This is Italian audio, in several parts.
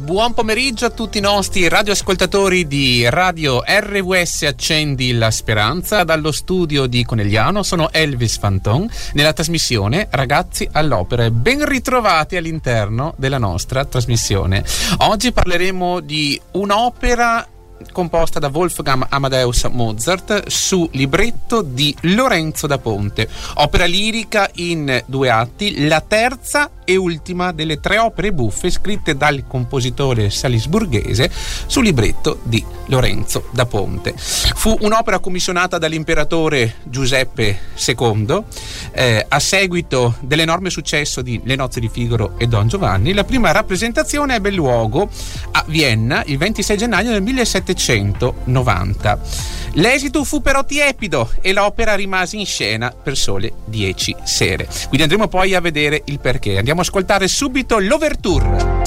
Buon pomeriggio a tutti i nostri radioascoltatori di Radio RWS Accendi la Speranza. Dallo studio di Conegliano sono Elvis Fanton nella trasmissione Ragazzi all'Opera e ben ritrovati all'interno della nostra trasmissione. Oggi parleremo di un'opera composta da Wolfgang Amadeus Mozart su libretto di Lorenzo da Ponte, opera lirica in 2 atti, la terza e ultima delle 3 opere buffe scritte dal compositore salisburghese su libretto di Lorenzo da Ponte. Fu un'opera commissionata dall'imperatore Giuseppe II a seguito dell'enorme successo di Le nozze di Figaro e Don Giovanni. La prima rappresentazione ebbe luogo a Vienna il 26 gennaio del 1790. L'esito fu però tiepido e l'opera rimase in scena per sole 10 sere. Quindi andremo poi a vedere il perché. Andiamo a ascoltare subito l'Ouverture.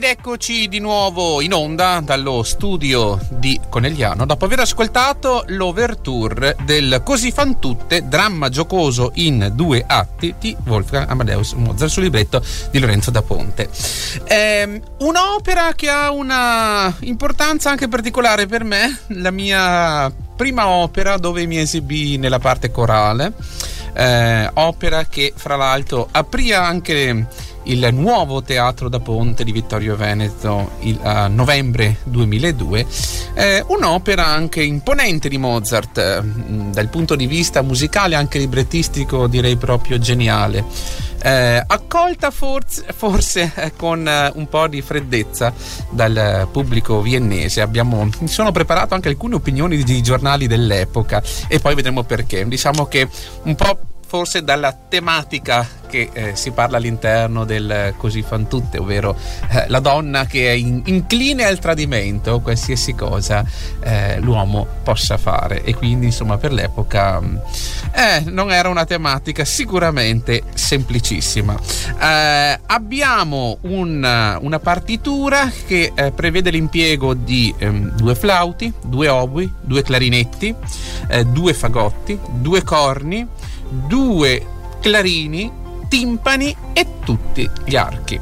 eccoci di nuovo in onda dallo studio di Conegliano dopo aver ascoltato l'ouverture del Così fan tutte, dramma giocoso in 2 atti di Wolfgang Amadeus Mozart sul libretto di Lorenzo da Ponte. Un'opera che ha una importanza anche particolare per me, la mia prima opera dove mi esibì nella parte corale, opera che fra l'altro aprì anche il nuovo Teatro da Ponte di Vittorio Veneto a novembre 2002, un'opera anche imponente di Mozart, dal punto di vista musicale anche librettistico direi proprio geniale, accolta forse con un po' di freddezza dal pubblico viennese. Mi sono preparato anche alcune opinioni di giornali dell'epoca e poi vedremo perché. Diciamo che un po' forse dalla tematica che si parla all'interno del Così fan tutte, ovvero la donna che è incline al tradimento, qualsiasi cosa l'uomo possa fare, e quindi insomma per l'epoca non era una tematica sicuramente semplicissima. Abbiamo una partitura che prevede l'impiego di 2 flauti, 2 oboi, 2 clarinetti, 2 fagotti, 2 corni, 2 clarini, timpani e tutti gli archi.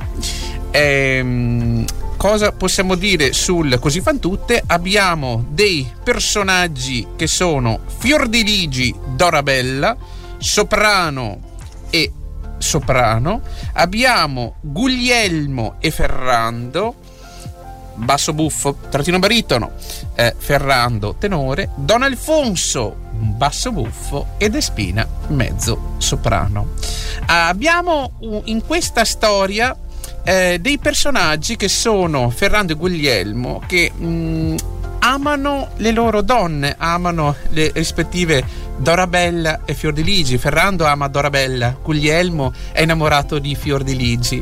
Cosa possiamo dire sul Così fan tutte? Abbiamo dei personaggi che sono Fiordiligi, Dorabella, soprano e soprano. Abbiamo Guglielmo e Ferrando, basso buffo trattino baritono, Ferrando tenore, Don Alfonso basso buffo ed Espina mezzo soprano. Abbiamo in questa storia dei personaggi che sono Ferrando e Guglielmo che amano le loro donne, amano le rispettive Dorabella e Fiordiligi. Ferrando ama Dorabella, Guglielmo è innamorato di Fiordiligi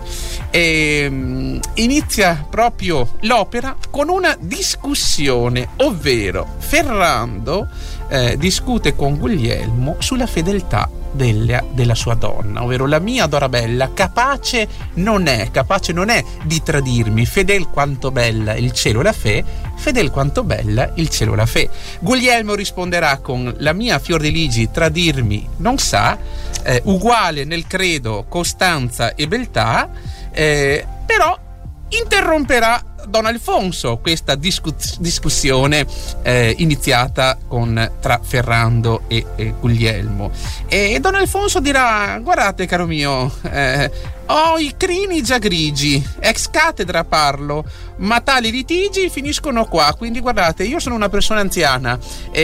e inizia proprio l'opera con una discussione, ovvero Ferrando discute con Guglielmo sulla fedeltà della sua donna, ovvero la mia Dorabella capace non è di tradirmi, fedel quanto bella il cielo la fe, fedel quanto bella il cielo la fe. Guglielmo risponderà con la mia Fiordiligi tradirmi non sa, uguale nel credo costanza e beltà, però interromperà Don Alfonso questa discussione iniziata tra Ferrando e Guglielmo, e Don Alfonso dirà: guardate caro mio, ho i crini già grigi, ex cattedra parlo, ma tali litigi finiscono qua, quindi guardate, io sono una persona anziana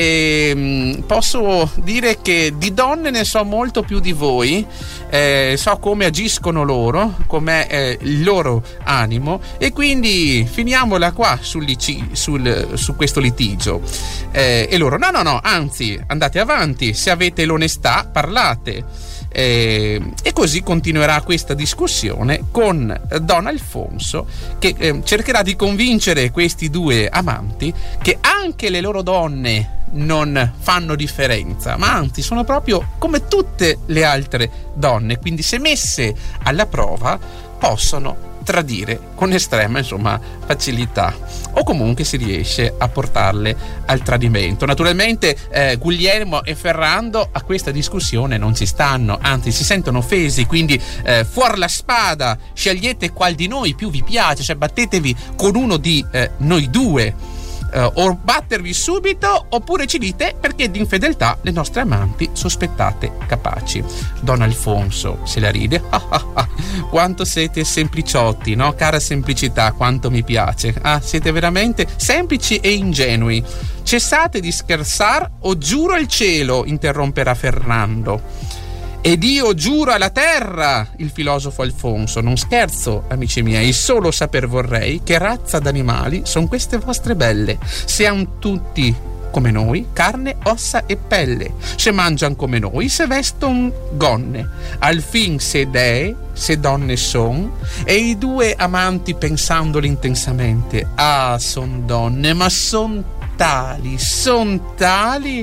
e posso dire che di donne ne so molto più di voi, so come agiscono loro, com'è il loro animo, e quindi finiamola qua su questo litigio. E loro no, anzi andate avanti, se avete l'onestà parlate. E così continuerà questa discussione con Don Alfonso che cercherà di convincere questi 2 amanti che anche le loro donne non fanno differenza, ma anzi sono proprio come tutte le altre donne, quindi se messe alla prova possono tradire con estrema facilità, o comunque si riesce a portarle al tradimento. Naturalmente Guglielmo e Ferrando a questa discussione non ci stanno, anzi si sentono offesi, quindi fuor la spada, scegliete qual di noi più vi piace, cioè battetevi con uno di noi 2, o battervi subito oppure ci dite perché di infedeltà le nostre amanti sospettate capaci. Don Alfonso se la ride: quanto siete sempliciotti, no? Cara semplicità, quanto mi piace, siete veramente semplici e ingenui. Cessate di scherzar o giuro al cielo, interromperà Ferrando. Ed io giuro alla terra, il filosofo Alfonso, non scherzo, amici miei, solo saper vorrei che razza d'animali son queste vostre belle, sean tutti come noi, carne, ossa e pelle, se mangian come noi, se veston gonne, al fin se dee, se donne son. E i 2 amanti pensandolo intensamente: son donne, ma son tali,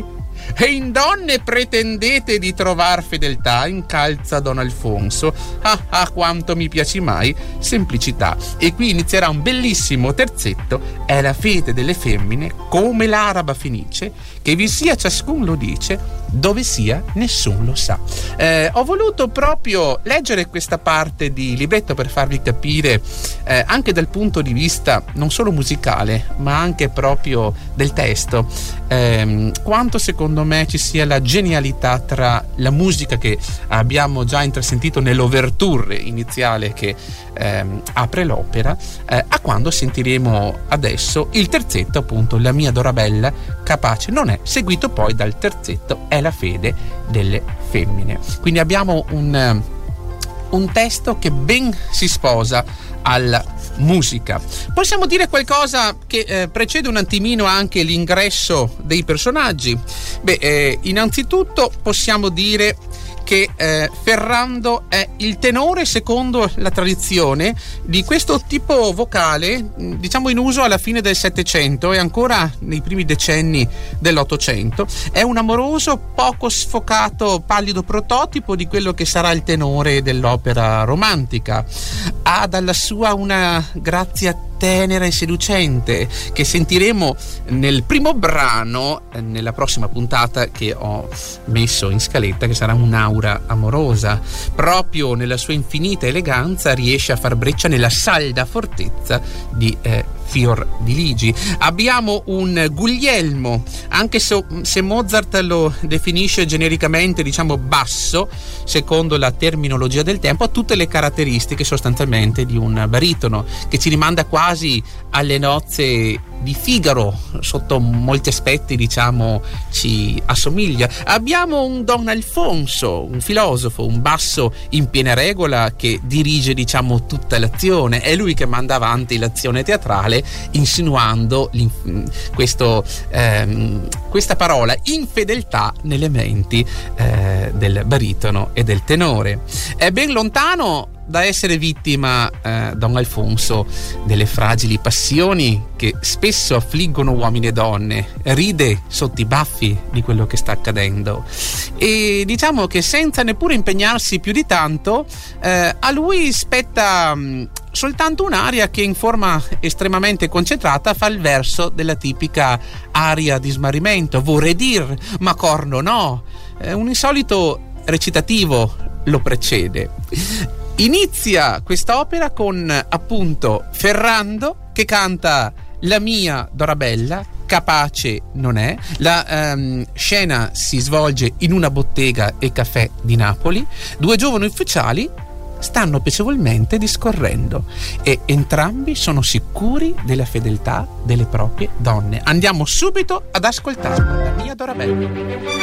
E in donne pretendete di trovar fedeltà, incalza Don Alfonso. Ah, quanto mi piaci mai, semplicità. E qui inizierà un bellissimo terzetto: è la fede delle femmine come l'araba fenice, che vi sia ciascun lo dice, dove sia nessun lo sa. Ho voluto proprio leggere questa parte di libretto per farvi capire anche dal punto di vista non solo musicale ma anche proprio del testo quanto secondo me ci sia la genialità tra la musica che abbiamo già intrasentito nell'ouverture iniziale che apre l'opera a quando sentiremo adesso il terzetto, appunto La mia Dorabella capace non è, seguito poi dal terzetto È la fede delle femmine. Quindi abbiamo un testo che ben si sposa alla musica. Possiamo dire qualcosa che precede un attimino anche l'ingresso dei personaggi? Innanzitutto possiamo dire che Ferrando è il tenore secondo la tradizione di questo tipo vocale, diciamo in uso alla fine del Settecento e ancora nei primi decenni dell'Ottocento. È un amoroso, poco sfocato, pallido prototipo di quello che sarà il tenore dell'opera romantica. Ha dalla sua una grazia tenera e seducente che sentiremo nel primo brano nella prossima puntata che ho messo in scaletta, che sarà un'aura amorosa. Proprio nella sua infinita eleganza riesce a far breccia nella salda fortezza di Fior di Ligi. Abbiamo un Guglielmo, anche se Mozart lo definisce genericamente, diciamo basso, secondo la terminologia del tempo, ha tutte le caratteristiche sostanzialmente di un baritono, che ci rimanda quasi alle nozze di Figaro, sotto molti aspetti diciamo ci assomiglia. Abbiamo un Don Alfonso, un filosofo, un basso in piena regola che dirige diciamo tutta l'azione, è lui che manda avanti l'azione teatrale insinuando questa parola infedeltà nelle menti del baritono e del tenore. È ben lontano da essere vittima Don Alfonso delle fragili passioni che spesso affliggono uomini e donne, ride sotto i baffi di quello che sta accadendo e diciamo che senza neppure impegnarsi più di tanto a lui spetta soltanto un'aria che in forma estremamente concentrata fa il verso della tipica aria di smarrimento, vorrei dir, ma corno no. Un insolito recitativo lo precede. Inizia quest'opera con appunto Ferrando che canta La mia Dorabella capace non è. La scena si svolge in una bottega e caffè di Napoli. Due giovani ufficiali stanno piacevolmente discorrendo e entrambi sono sicuri della fedeltà delle proprie donne. Andiamo subito ad ascoltarla, La mia Dorabella.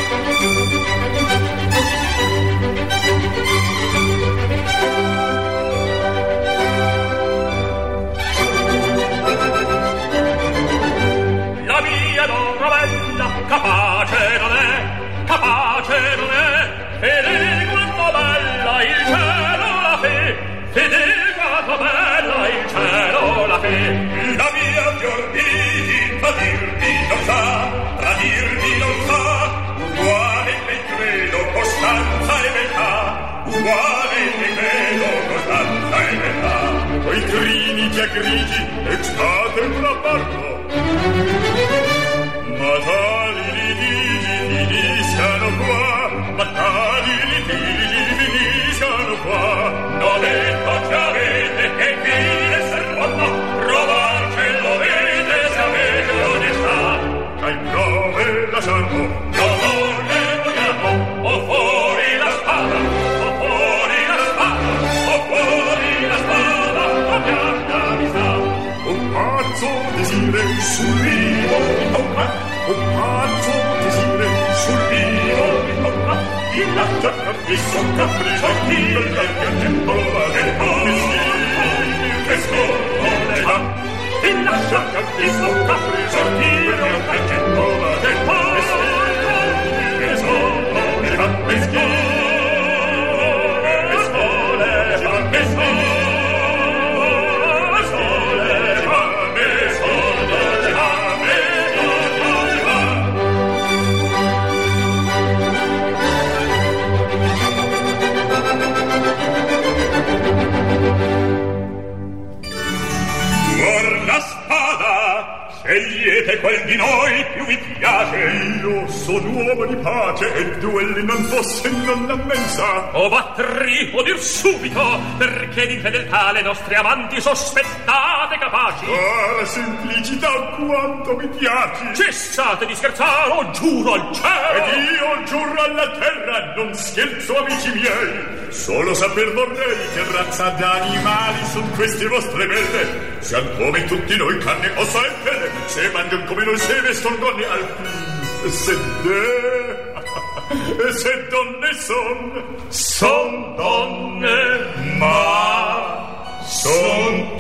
Capace non è, fede quanto bella il cielo la fe, fede quanto bella il cielo la fe. La mia fiordini tradirmi non sa, tradirmi non sa, uguale ne credo costanza e beltà, uguale ne credo costanza e beltà. Coi crini che grigi e state un rapporto, ma tali litigi finiscano qua, ma tali litigi finiscano qua. Non detto che avete che qui esser buono, provarci lo vede se avete l'onestà. Ma il nome lasciamo, non ne vogliamo, o fuori la spada, o fuori la spada, o fuori la spada, abbiamo la vista. Un pazzo desire sul vivo mi tocca, un pazzo desire sul vivo mi tocca, il lascia capisco capriccio il tempo che che scorre va, il lascia capisco capriccio il tempo che scorre va, che scorre quel di noi più vi piace. Io sono uomo di pace e duelli non fosse non ammensa. O batteri o dir subito, perché di fedeltà le nostre amanti sospettate capaci. Ah, la semplicità quanto mi piaci. Cessate di scherzare, o giuro al cielo. Ed io giuro alla terra, non scherzo amici miei. Solo saper vorrei che razza d'animali son queste vostre belle. Sian come tutti noi carne, ossa e pelle. Se mangian come noi se veston donne al fin. Se donne son donne, ma son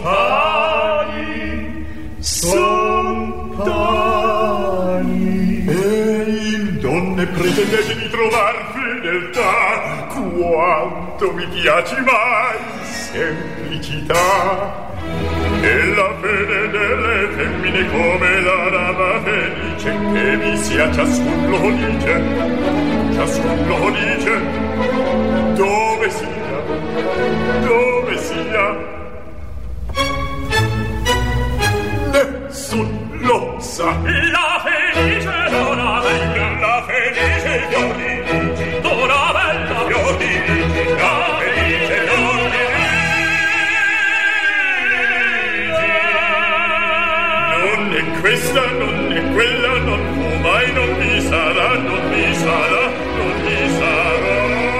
tali. E in donne pretendete di trovar fedeltà. Quanto mi piaci mai semplicità. E la fede delle femmine come la rama felice, che mi sia ciascun lo dice, dove sia, nessun lo sa. La felice Dorabella, La felice fior di Ligi, Dorabella, fior di Ligi, la felice fior di Ligi. Non è questa, non è quella, non fu mai, non mi sarà, non mi sarà, non mi sarà.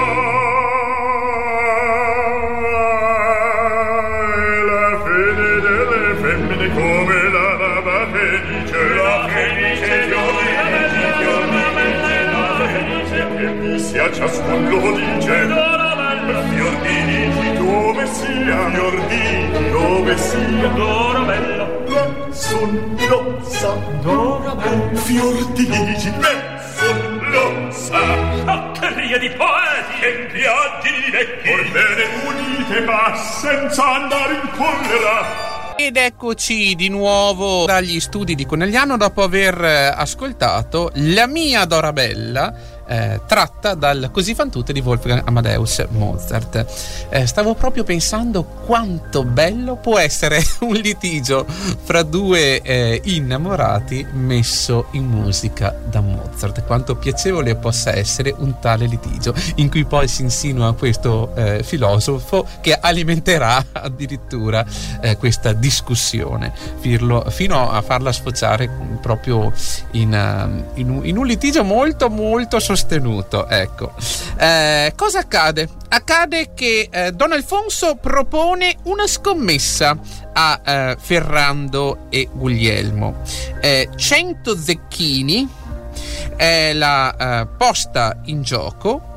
La fede delle femmine come la rama felice, la felice fior di Ligi, fior di Ligi, la felice che mi sia ciascun lo dice. Fior di Ligi, dove sia, fior di Ligi, dove sia, Dorabella, nessun lo sa. Dorabella, Fior di Ligi, nessun lo sa. Scioccheria di poeti E piaggi di vecchi, orbene unite ma senza andare in collera. Ed eccoci di nuovo dagli studi di Conegliano dopo aver ascoltato La mia Dorabella, tratta dal Così fan tutte di Wolfgang Amadeus Mozart. Stavo proprio pensando quanto bello può essere un litigio fra due innamorati messo in musica da Mozart, quanto piacevole possa essere un tale litigio in cui poi si insinua questo filosofo che alimenterà addirittura questa discussione fino a farla sfociare proprio in un litigio molto molto sostenuto. Ecco, cosa accade? Accade che Don Alfonso propone una scommessa a Ferrando e Guglielmo. 100 zecchini è la posta in gioco,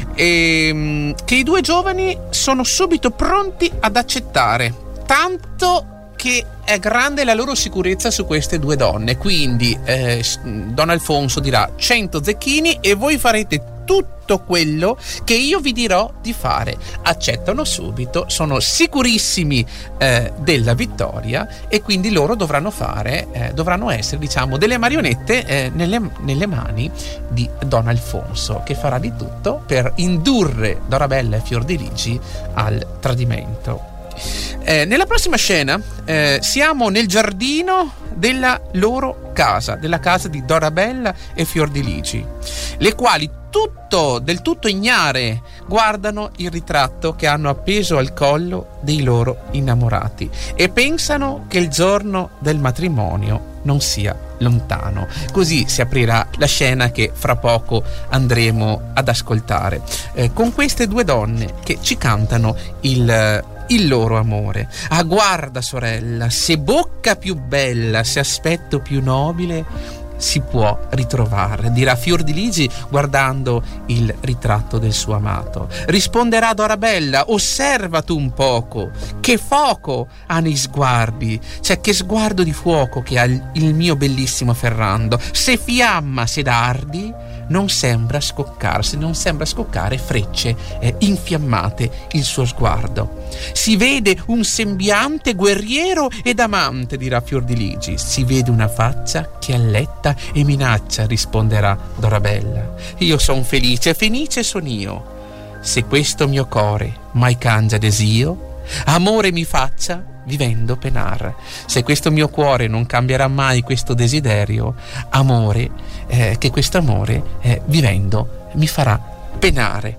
che i due giovani sono subito pronti ad accettare, tanto che è grande la loro sicurezza su queste due donne. Quindi Don Alfonso dirà 100 zecchini e voi farete tutto quello che io vi dirò di fare. Accettano subito, sono sicurissimi della vittoria, e quindi loro dovranno essere, diciamo, delle marionette nelle mani di Don Alfonso, che farà di tutto per indurre Dorabella e Fiordiligi al tradimento. Nella prossima scena siamo nel giardino della loro casa, della casa di Dorabella e Fiordiligi, le quali del tutto ignare guardano il ritratto che hanno appeso al collo dei loro innamorati e pensano che il giorno del matrimonio non sia lontano. Così si aprirà la scena che fra poco andremo ad ascoltare, con queste due donne che ci cantano il loro amore. Ah, guarda sorella, se bocca più bella, se aspetto più nobile si può ritrovare, dirà Fiordiligi guardando il ritratto del suo amato. Risponderà Dorabella: osserva tu un poco, che fuoco ha nei sguardi, cioè che sguardo di fuoco che ha il mio bellissimo Ferrando. Se fiamma, se dardi, non sembra scoccare frecce infiammate il suo sguardo. Si vede un sembiante guerriero ed amante, dirà Fiordiligi. Si vede una faccia che alletta e minaccia, risponderà Dorabella. Io son felice son io. Se questo mio core mai cangia desio, amore mi faccia vivendo penar. Se questo mio cuore non cambierà mai questo desiderio, amore, che questo amore vivendo mi farà penare.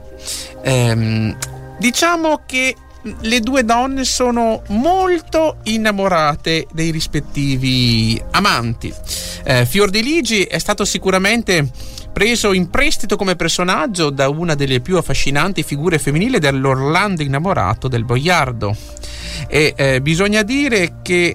Diciamo che le due donne sono molto innamorate dei rispettivi amanti. Fiordiligi è stato sicuramente preso in prestito come personaggio da una delle più affascinanti figure femminili dell'Orlando innamorato del boiardo, e bisogna dire che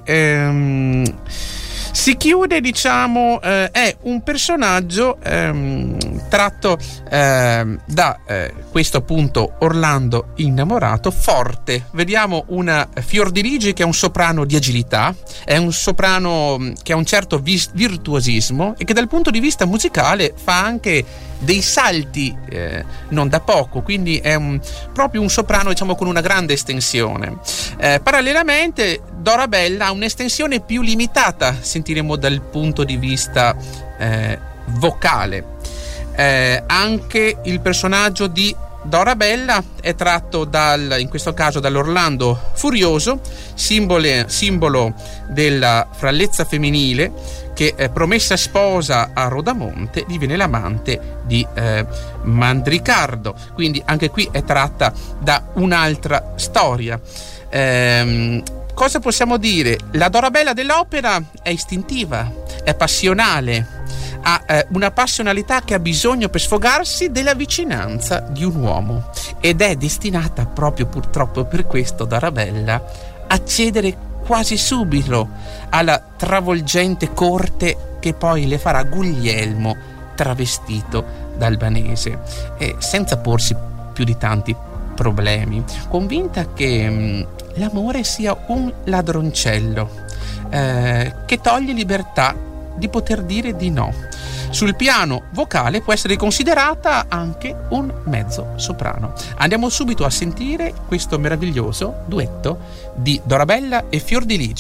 si chiude, diciamo, è un personaggio tratto da questo appunto Orlando innamorato, forte. Vediamo una Fiordiligi che è un soprano di agilità, è un soprano che ha un certo virtuosismo e che dal punto di vista musicale fa anche dei salti non da poco, quindi è proprio un soprano, diciamo, con una grande estensione. Parallelamente Dorabella ha un'estensione più limitata, sentiremo, dal punto di vista vocale. Anche il personaggio di Dorabella è tratto in questo caso dall'Orlando furioso, simbolo della frallezza femminile, che promessa sposa a Rodamonte diviene l'amante di Mandricardo. Quindi anche qui è tratta da un'altra storia. Cosa possiamo dire? La Dorabella dell'opera è istintiva, è passionale, ha una passionalità che ha bisogno per sfogarsi della vicinanza di un uomo, ed è destinata proprio purtroppo per questo Dorabella a cedere quasi subito alla travolgente corte che poi le farà Guglielmo travestito da albanese, senza porsi più di tanti problemi, convinta che l'amore sia un ladroncello che toglie libertà di poter dire di no. Sul piano vocale può essere considerata anche un mezzo soprano. Andiamo subito a sentire questo meraviglioso duetto di Dorabella e Fiordiligi.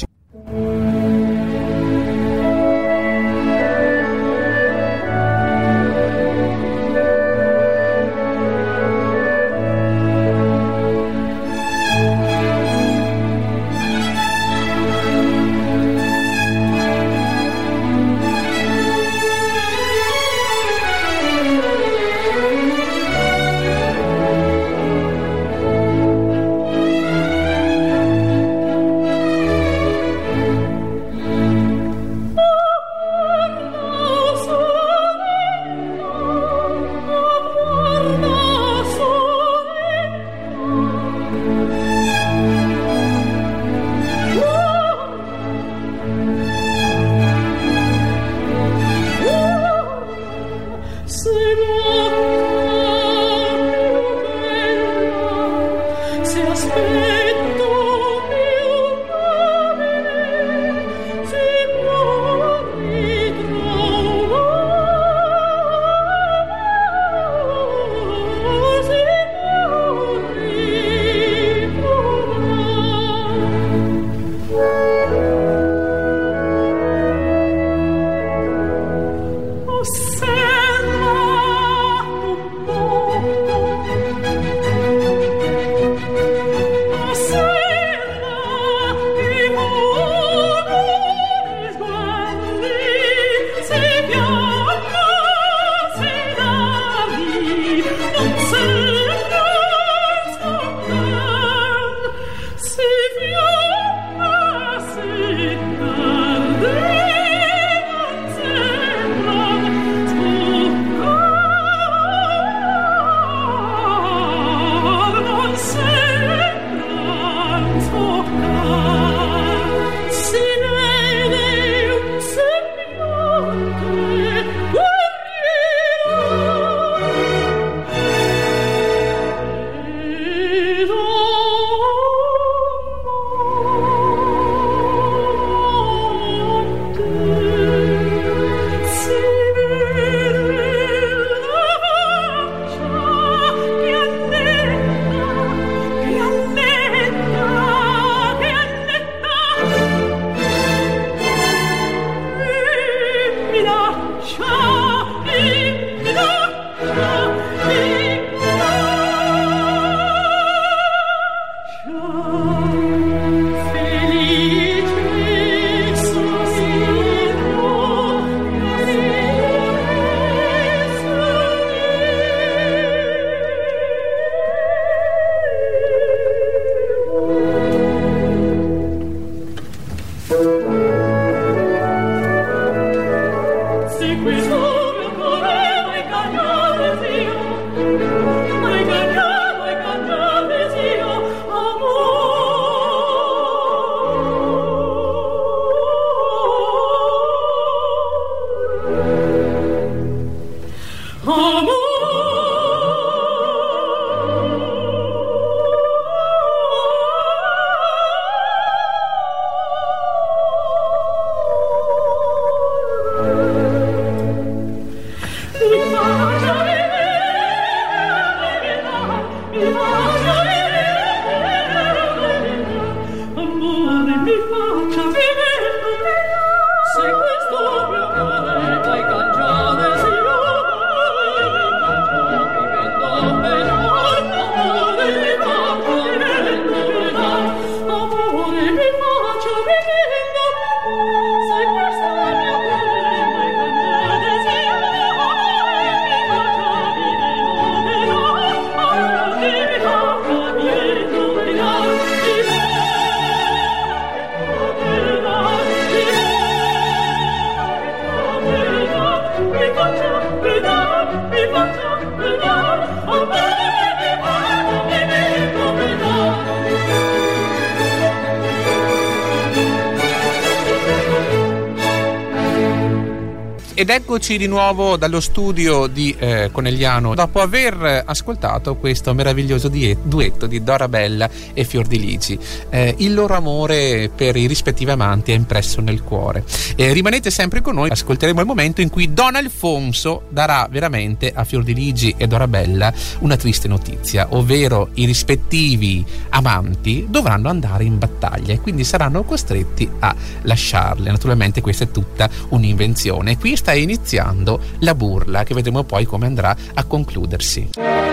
Ed eccoci di nuovo dallo studio di Conegliano, dopo aver ascoltato questo meraviglioso duetto di Dorabella e Fiordiligi. Il loro amore per i rispettivi amanti è impresso nel cuore. Rimanete sempre con noi, ascolteremo il momento in cui Don Alfonso darà veramente a Fiordiligi e Dorabella una triste notizia, ovvero i rispettivi amanti dovranno andare in battaglia e quindi saranno costretti a lasciarle. Naturalmente questa è tutta un'invenzione. Qui sta iniziando la burla, che vedremo poi come andrà a concludersi.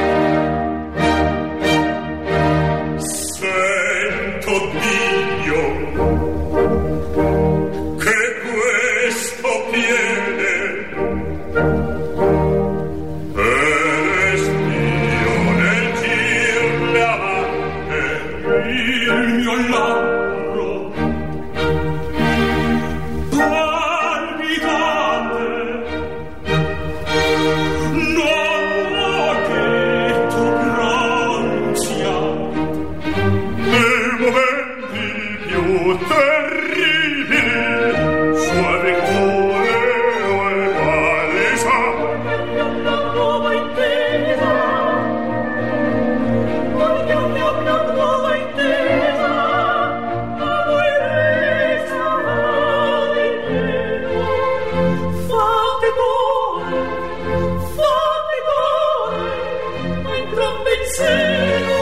Sento Dio che questo piede è stio nel gir le amante, il mio labbro palpitante non ho detto granzia nei momenti più terribili sua venture o il palesa nuova intesa nuova intesa a voi resa fate cuore in gran pensiero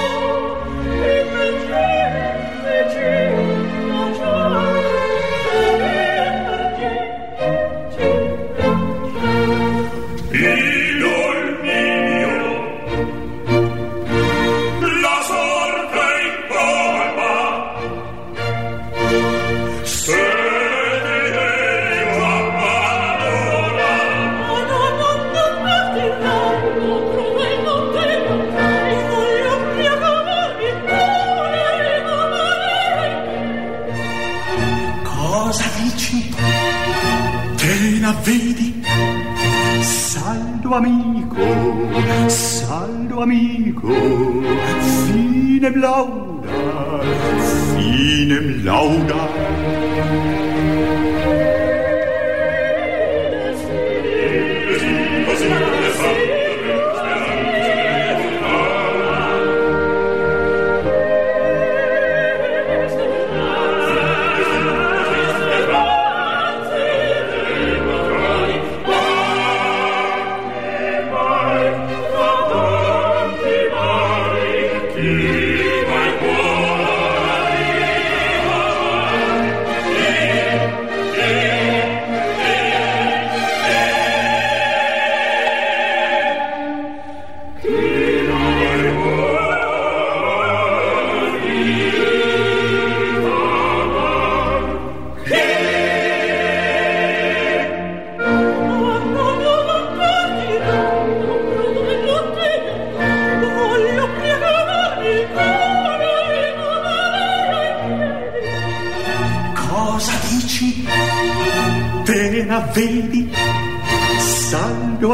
vedi, saldo amico, finem lauda. Vedi, saldo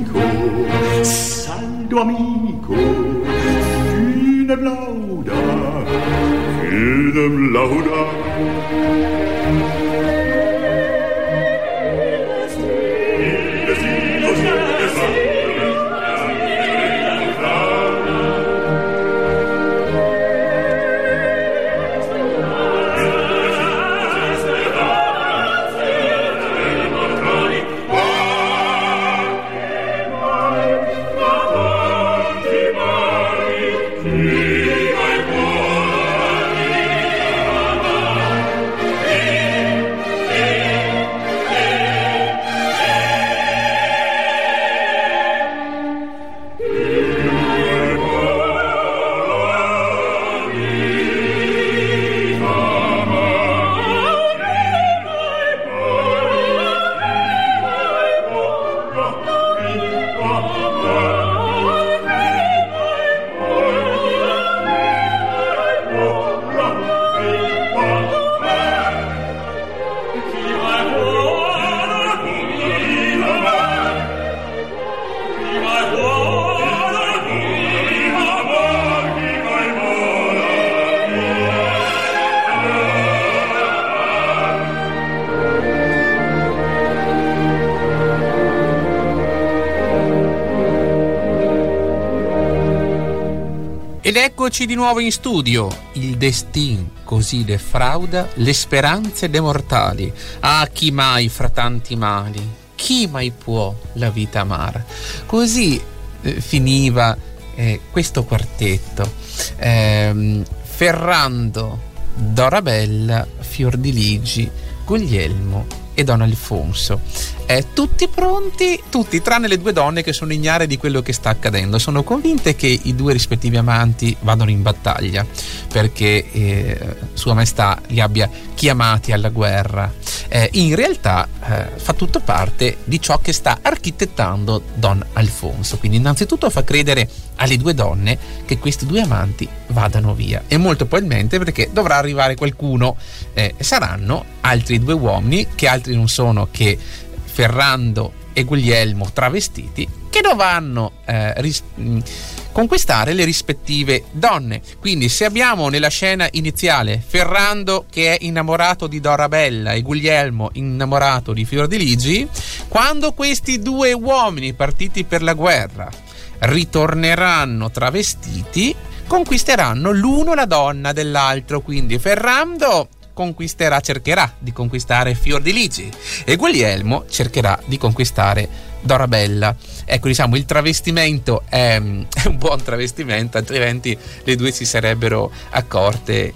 amico, finem lauda. Ed eccoci di nuovo in studio. Il destin così defrauda le speranze dei mortali. Ah, chi mai fra tanti mali, chi mai può la vita amar? Così finiva questo quartetto. Ferrando, Dorabella, Fiordiligi, Guglielmo e Don Alfonso. Tutti pronti, tutti tranne le due donne che sono ignare di quello che sta accadendo. Sono convinte che i due rispettivi amanti vadano in battaglia perché Sua Maestà li abbia chiamati alla guerra. In realtà fa tutto parte di ciò che sta architettando Don Alfonso. Quindi innanzitutto fa credere alle due donne che questi due amanti vadano via, e molto probabilmente perché dovrà arrivare qualcuno, saranno altri due uomini che altri non sono che Ferrando e Guglielmo travestiti, che dovranno conquistare le rispettive donne. Quindi se abbiamo nella scena iniziale Ferrando che è innamorato di Dorabella e Guglielmo innamorato di Fiordiligi, quando questi due uomini partiti per la guerra ritorneranno travestiti, conquisteranno l'uno la donna dell'altro. Quindi Ferrando cercherà di conquistare Fiordiligi e Guglielmo cercherà di conquistare Dorabella. Ecco, diciamo, il travestimento è un buon travestimento, altrimenti le due si sarebbero accorte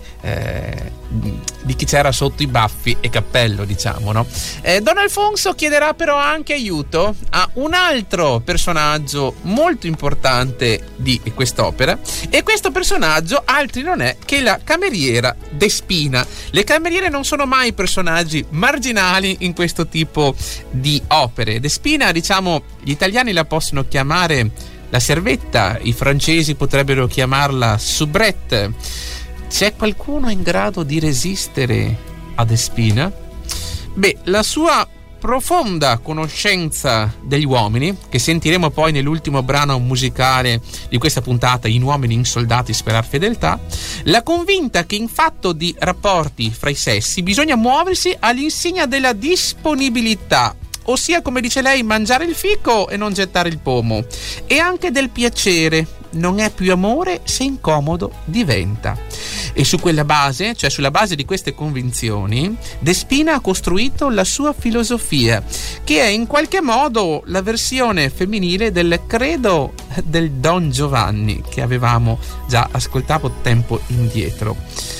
di chi c'era sotto i baffi e cappello, diciamo, no? Don Alfonso chiederà però anche aiuto a un altro personaggio molto importante di quest'opera, e questo personaggio altri non è che la cameriera Despina. Le cameriere non sono mai personaggi marginali in questo tipo di opere. Despina, diciamo, gli italiani la possono chiamare la servetta, i francesi potrebbero chiamarla soubrette. C'è qualcuno in grado di resistere a Despina? Beh, la sua profonda conoscenza degli uomini, che sentiremo poi nell'ultimo brano musicale di questa puntata, In uomini, in soldati, sperar fedeltà, la convinta che in fatto di rapporti fra i sessi bisogna muoversi all'insegna della disponibilità, ossia, come dice lei, mangiare il fico e non gettare il pomo, e anche del piacere. Non è più amore se incomodo diventa. E su quella base, cioè sulla base di queste convinzioni, Despina ha costruito la sua filosofia, che è in qualche modo la versione femminile del credo del Don Giovanni che avevamo già ascoltato tempo indietro.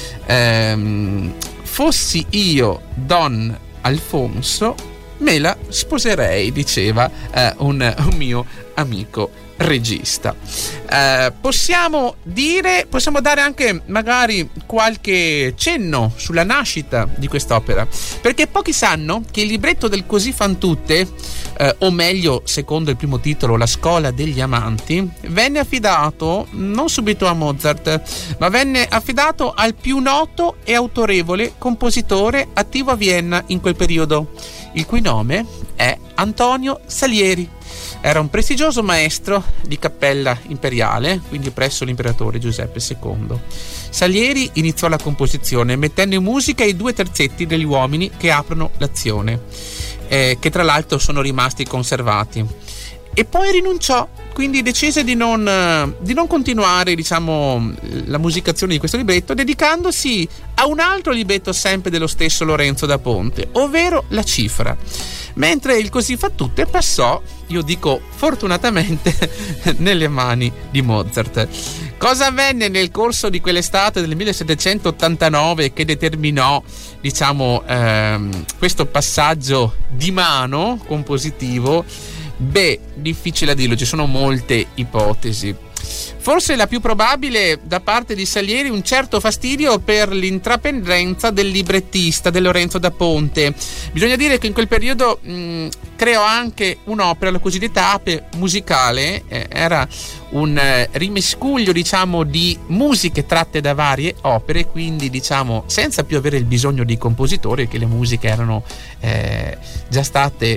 Fossi io Don Alfonso, me la sposerei, diceva un mio amico regista. Possiamo dare anche magari qualche cenno sulla nascita di quest'opera, perché pochi sanno che il libretto del Così fan tutte, o meglio, secondo il primo titolo, La scuola degli amanti, venne affidato non subito a Mozart, ma venne affidato al più noto e autorevole compositore attivo a Vienna in quel periodo, il cui nome è Antonio Salieri. Era un prestigioso maestro di cappella imperiale, quindi presso l'imperatore Giuseppe II. Salieri iniziò la composizione mettendo in musica i due terzetti degli uomini che aprono l'azione, che tra l'altro sono rimasti conservati. E poi rinunciò, quindi decise di non continuare, diciamo, la musicazione di questo libretto, dedicandosi a un altro libretto sempre dello stesso Lorenzo da Ponte, ovvero La cifra. Mentre il Così fa tutte passò, io dico fortunatamente, nelle mani di Mozart. Cosa avvenne nel corso di quell'estate del 1789 che determinò, diciamo, questo passaggio di mano compositivo? Beh, difficile a dirlo, ci sono molte ipotesi. Forse la più probabile da parte di Salieri un certo fastidio per l'intraprendenza del librettista, del Lorenzo da Ponte. Bisogna dire che in quel periodo creò anche un'opera, la cosiddetta ape musicale, era un rimescuglio, diciamo, di musiche tratte da varie opere, quindi, diciamo, senza più avere il bisogno di compositori, che le musiche erano già state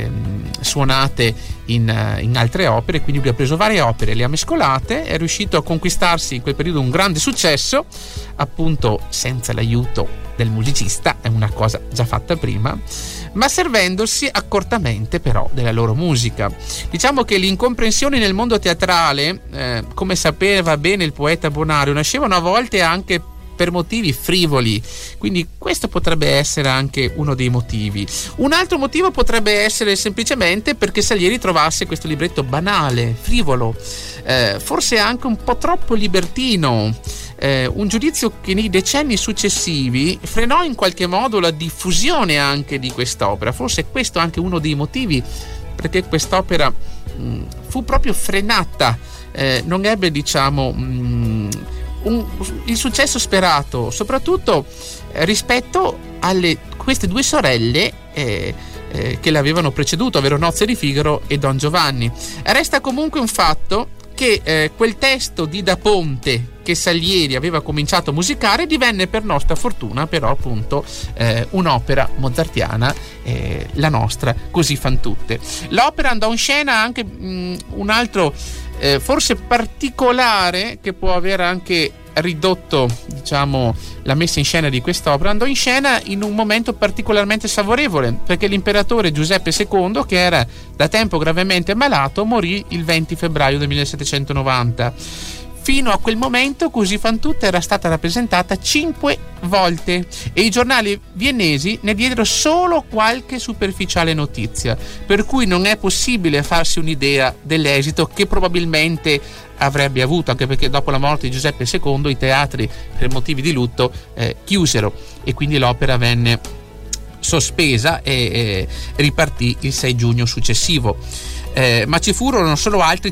suonate in altre opere, quindi lui ha preso varie opere, le ha mescolate, è riuscito a conquistarsi in quel periodo un grande successo, appunto senza l'aiuto del musicista, è una cosa già fatta prima, ma servendosi accortamente però della loro musica. Diciamo che l'incomprensione nel mondo teatrale, come sapeva bene il poeta Bonario, nascevano a volte anche per motivi frivoli, quindi questo potrebbe essere anche uno dei motivi. Un altro motivo potrebbe essere semplicemente perché Salieri trovasse questo libretto banale, frivolo, forse anche un po' troppo libertino, un giudizio che nei decenni successivi frenò in qualche modo la diffusione anche di quest'opera. Forse è questo anche uno dei motivi perché quest'opera fu proprio frenata, non ebbe, diciamo, il successo sperato, soprattutto rispetto alle queste due sorelle che l'avevano preceduto, ovvero Nozze di Figaro e Don Giovanni. Resta comunque un fatto che quel testo di Da Ponte che Salieri aveva cominciato a musicare divenne, per nostra fortuna, però appunto un'opera mozartiana, la nostra Così fan tutte. L'opera andò in scena anche un altro forse particolare che può aver anche ridotto, diciamo, la messa in scena di quest'opera. Andò in scena in un momento particolarmente favorevole, perché l'imperatore Giuseppe II, che era da tempo gravemente malato, morì il 20 febbraio del 1790. Fino a quel momento Così fan tutte era stata rappresentata 5 volte e i giornali viennesi ne diedero solo qualche superficiale notizia, per cui non è possibile farsi un'idea dell'esito che probabilmente avrebbe avuto, anche perché dopo la morte di Giuseppe II i teatri, per motivi di lutto, chiusero e quindi l'opera venne sospesa e ripartì il 6 giugno successivo. Ma ci furono solo altre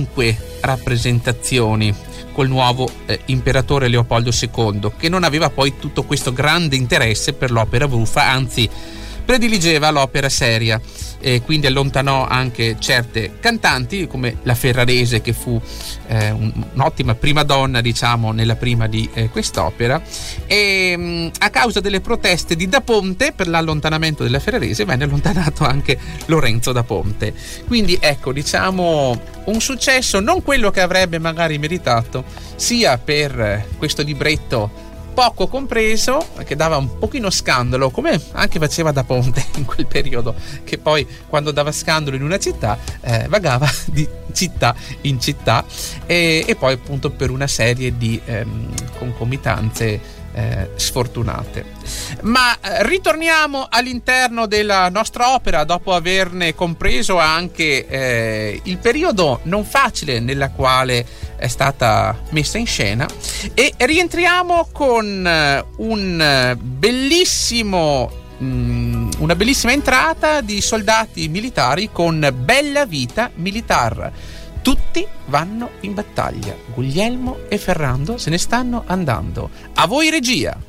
5 rappresentazioni col nuovo imperatore Leopoldo II, che non aveva poi tutto questo grande interesse per l'opera buffa, anzi prediligeva l'opera seria, e quindi allontanò anche certe cantanti come la Ferrarese, che fu un'ottima prima donna, diciamo, nella prima di quest'opera, e a causa delle proteste di Da Ponte per l'allontanamento della Ferrarese venne allontanato anche Lorenzo da Ponte. Quindi ecco, diciamo, un successo non quello che avrebbe magari meritato, sia per questo libretto poco compreso, che dava un pochino scandalo, come anche faceva Da Ponte in quel periodo, che poi quando dava scandalo in una città vagava di città in città, e poi appunto per una serie di concomitanze sfortunate. Ma ritorniamo all'interno della nostra opera dopo averne compreso anche il periodo non facile nella quale è stata messa in scena, e rientriamo con una bellissima entrata di soldati militari con Bella vita militar. Tutti vanno in battaglia, Guglielmo e Ferrando se ne stanno andando. A voi regia.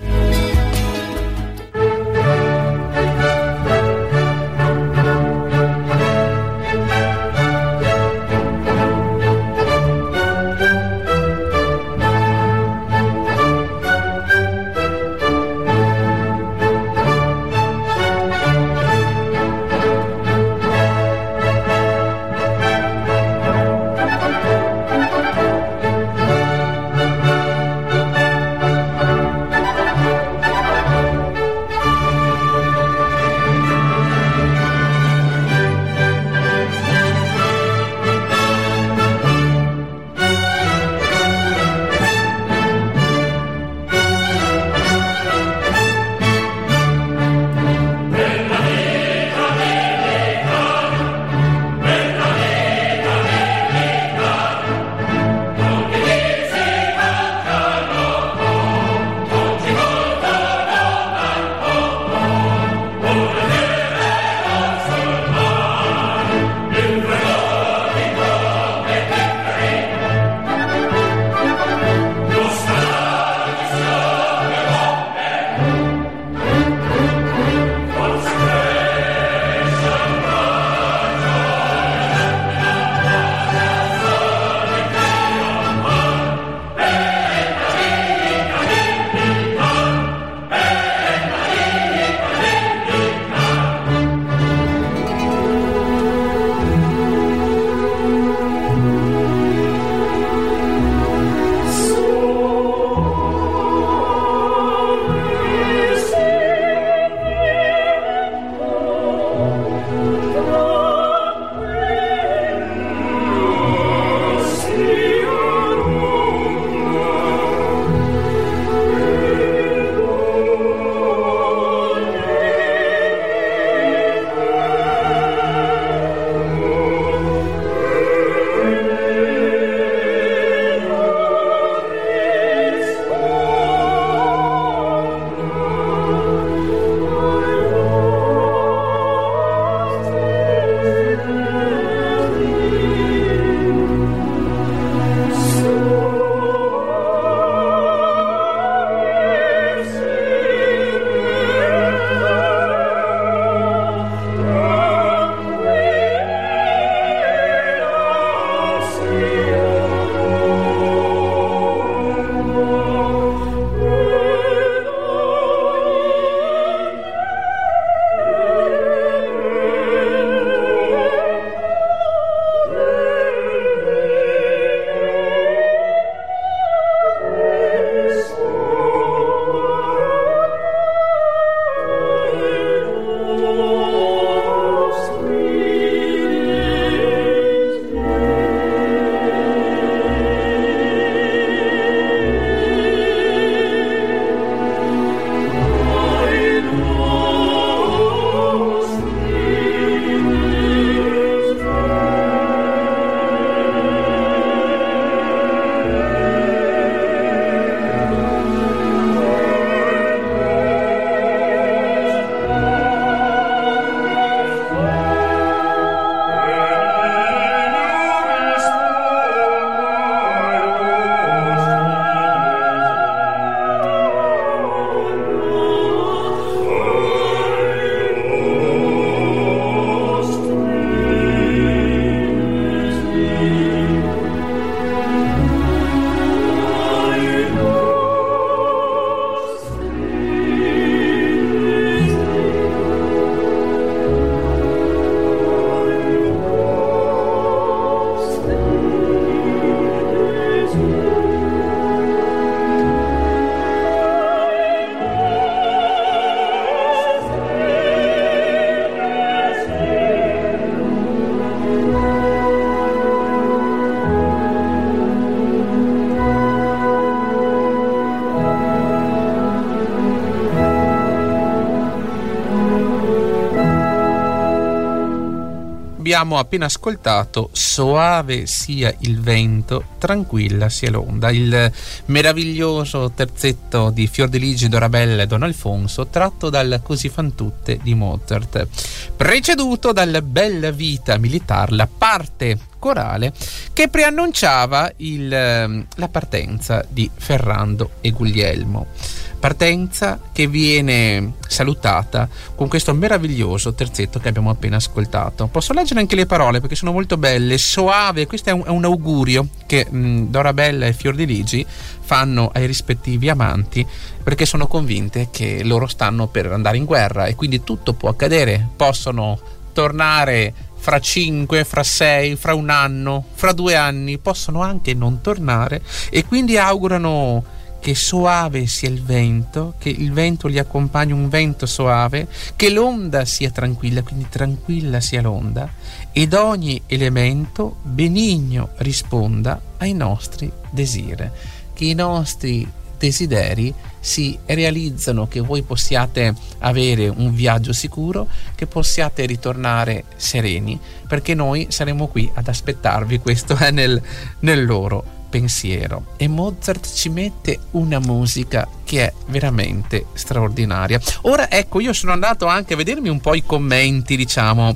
abbiamo appena ascoltato Soave sia il vento, tranquilla sia l'onda, il meraviglioso terzetto di Fiordiligi, Dorabella e Don Alfonso, tratto dal Così fan tutte di Mozart, preceduto dalla Bella vita militare, la parte corale che preannunciava la partenza di Ferrando e Guglielmo. Partenza che viene salutata con questo meraviglioso terzetto che abbiamo appena ascoltato. Posso leggere anche le parole perché sono molto belle. Soave, questo è un augurio che Dorabella e Fiordiligi fanno ai rispettivi amanti, perché sono convinte che loro stanno per andare in guerra e quindi tutto può accadere. Possono tornare fra 5, fra 6, fra un anno, fra 2 anni, possono anche non tornare, e quindi augurano che soave sia il vento, che il vento li accompagni, un vento soave, che l'onda sia tranquilla, quindi tranquilla sia l'onda, ed ogni elemento benigno risponda ai nostri desiri, che i nostri desideri si realizzano, che voi possiate avere un viaggio sicuro, che possiate ritornare sereni, perché noi saremo qui ad aspettarvi. Questo è nel loro pensiero. E Mozart ci mette una musica che è veramente straordinaria. Ora ecco, io sono andato anche a vedermi un po' i commenti, diciamo,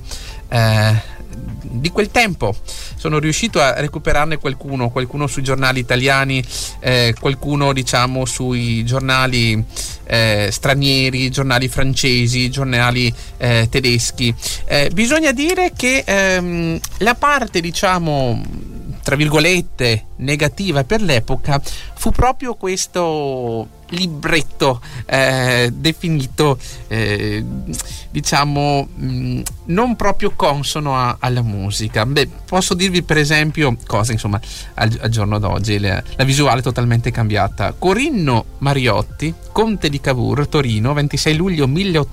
di quel tempo. Sono riuscito a recuperarne qualcuno sui giornali italiani, qualcuno diciamo sui giornali stranieri, giornali francesi, giornali tedeschi. Bisogna dire che la parte, diciamo, tra virgolette negativa per l'epoca fu proprio questo libretto definito diciamo non proprio consono alla musica. Posso dirvi per esempio cosa, insomma, al giorno d'oggi la visuale è totalmente cambiata. Corinno Mariotti, conte di Cavour, Torino, 26 luglio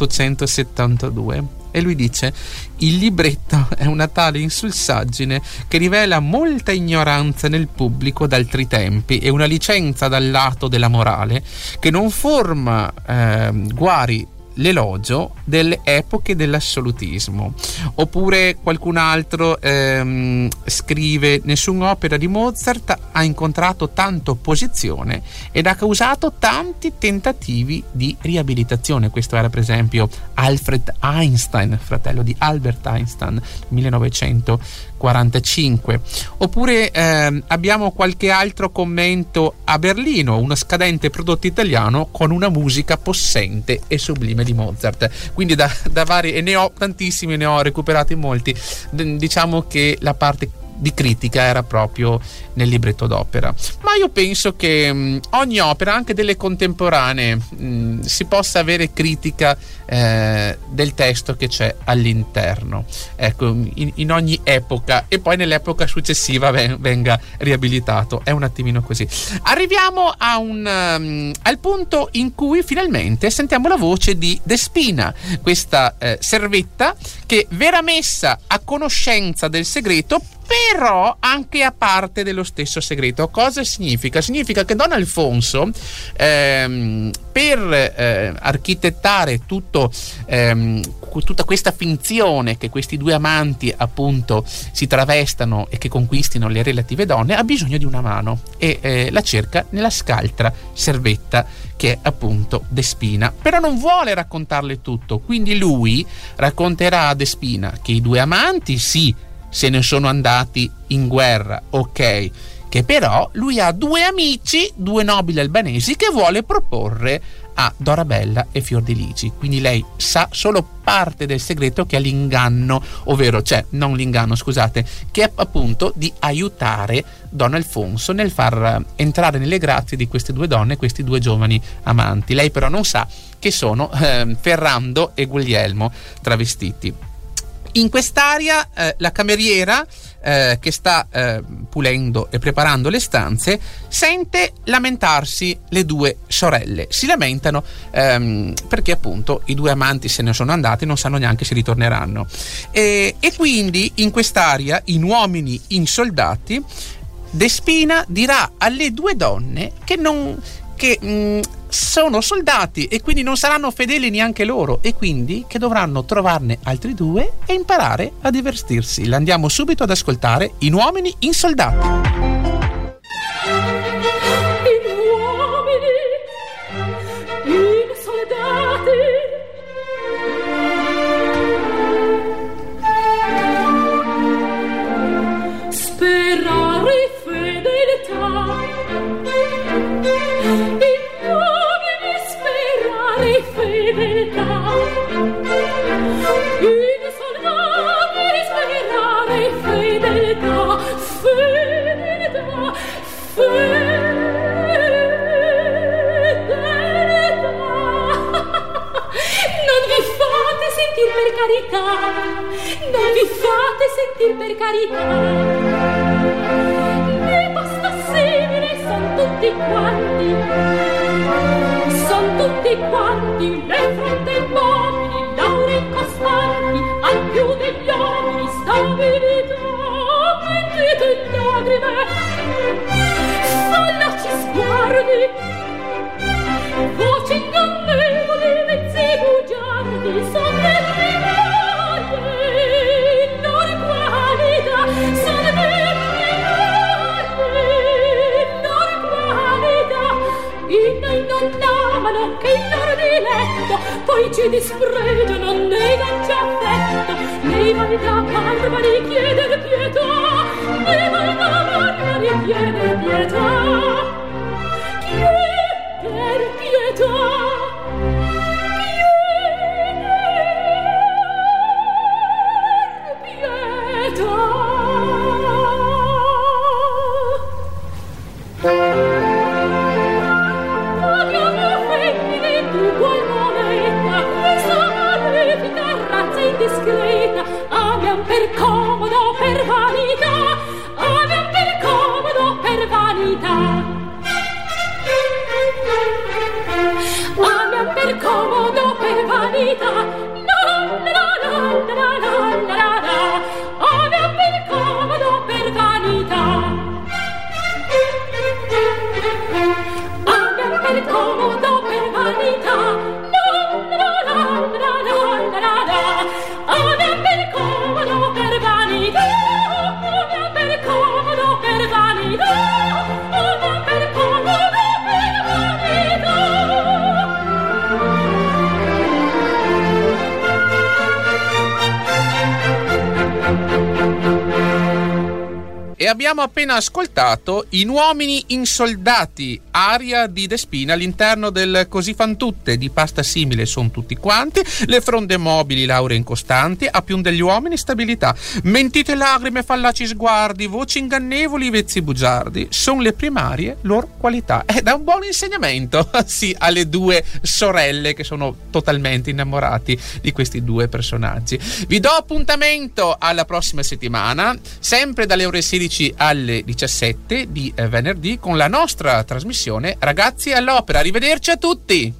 1872. E lui dice: il libretto è una tale insulsaggine che rivela molta ignoranza nel pubblico d'altri tempi e una licenza dal lato della morale che non forma guari l'elogio delle epoche dell'assolutismo. Oppure qualcun altro scrive: nessun'opera di Mozart ha incontrato tanta opposizione ed ha causato tanti tentativi di riabilitazione. Questo era per esempio Alfred Einstein, fratello di Albert Einstein, 1945. Oppure abbiamo qualche altro commento a Berlino: uno scadente prodotto italiano con una musica possente e sublime di Mozart. Quindi da vari, e ne ho tantissimi, ne ho recuperati molti. Diciamo che la parte di critica era proprio nel libretto d'opera, ma io penso che ogni opera, anche delle contemporanee, si possa avere critica del testo che c'è all'interno, ecco, in ogni epoca, e poi nell'epoca successiva venga riabilitato. È un attimino così. Arriviamo al punto in cui finalmente sentiamo la voce di Despina, questa servetta che verrà messa a conoscenza del segreto, però anche a parte dello stesso segreto. Cosa significa? Significa che Don Alfonso, per architettare tutta questa finzione che questi due amanti appunto si travestano e che conquistino le relative donne, ha bisogno di una mano, e la cerca nella scaltra servetta che è appunto Despina. Però non vuole raccontarle tutto, quindi lui racconterà a Despina che i due amanti sì, se ne sono andati in guerra, ok, che però lui ha due amici, due nobili albanesi che vuole proporre a Dorabella e Fiordiligi. Quindi lei sa solo parte del segreto, che è l'inganno, ovvero, cioè non l'inganno, scusate, che è appunto di aiutare Don Alfonso nel far entrare nelle grazie di queste due donne, questi due giovani amanti. Lei però non sa che sono Ferrando e Guglielmo travestiti. In quest'area la cameriera che sta pulendo e preparando le stanze sente lamentarsi le due sorelle. Si lamentano perché appunto i due amanti se ne sono andati, non sanno neanche se ritorneranno, e quindi in quest'area, in Uomini in Soldati, Despina dirà alle due donne che che sono soldati e quindi non saranno fedeli neanche loro, e quindi che dovranno trovarne altri due e imparare a divertirsi. L'andiamo subito ad ascoltare, In uomini in soldati. Non vi fate sentir per carità, ne basta simile, son tutti quanti le fronte mobili, lauree costanti, al più degli uomini stabilità. Mentite lagrime, fallaci sguardi, voci ingannevoli, mezzi bugiardi, son che il loro diletto poi ci dispregiano, negan già affetto, ne vai da barbari chieder pietà, ne vai da barbari chieder pietà, chieder pietà. Discreta, amiam per comodo, per vanità, amiam per comodo, per vanità, amiam per comodo, per vanità, la la la la la la la, amiam per comodo, per vanità, amiam per comodo, per vanità. E abbiamo appena ascoltato In uomini in soldati, aria di Despina all'interno del Così fan tutte di Pasta Simile son tutti quanti, le fronde mobili, lauree incostanti, a più degli uomini stabilità, mentite lagrime, fallaci sguardi, voci ingannevoli, vezzi bugiardi, son le primarie lor qualità. Ed è un buon insegnamento, sì, alle due sorelle che sono totalmente innamorati di questi due personaggi. Vi do appuntamento alla prossima settimana, sempre dalle ore 16 alle 17 di venerdì, con la nostra trasmissione Ragazzi all'Opera. Arrivederci a tutti!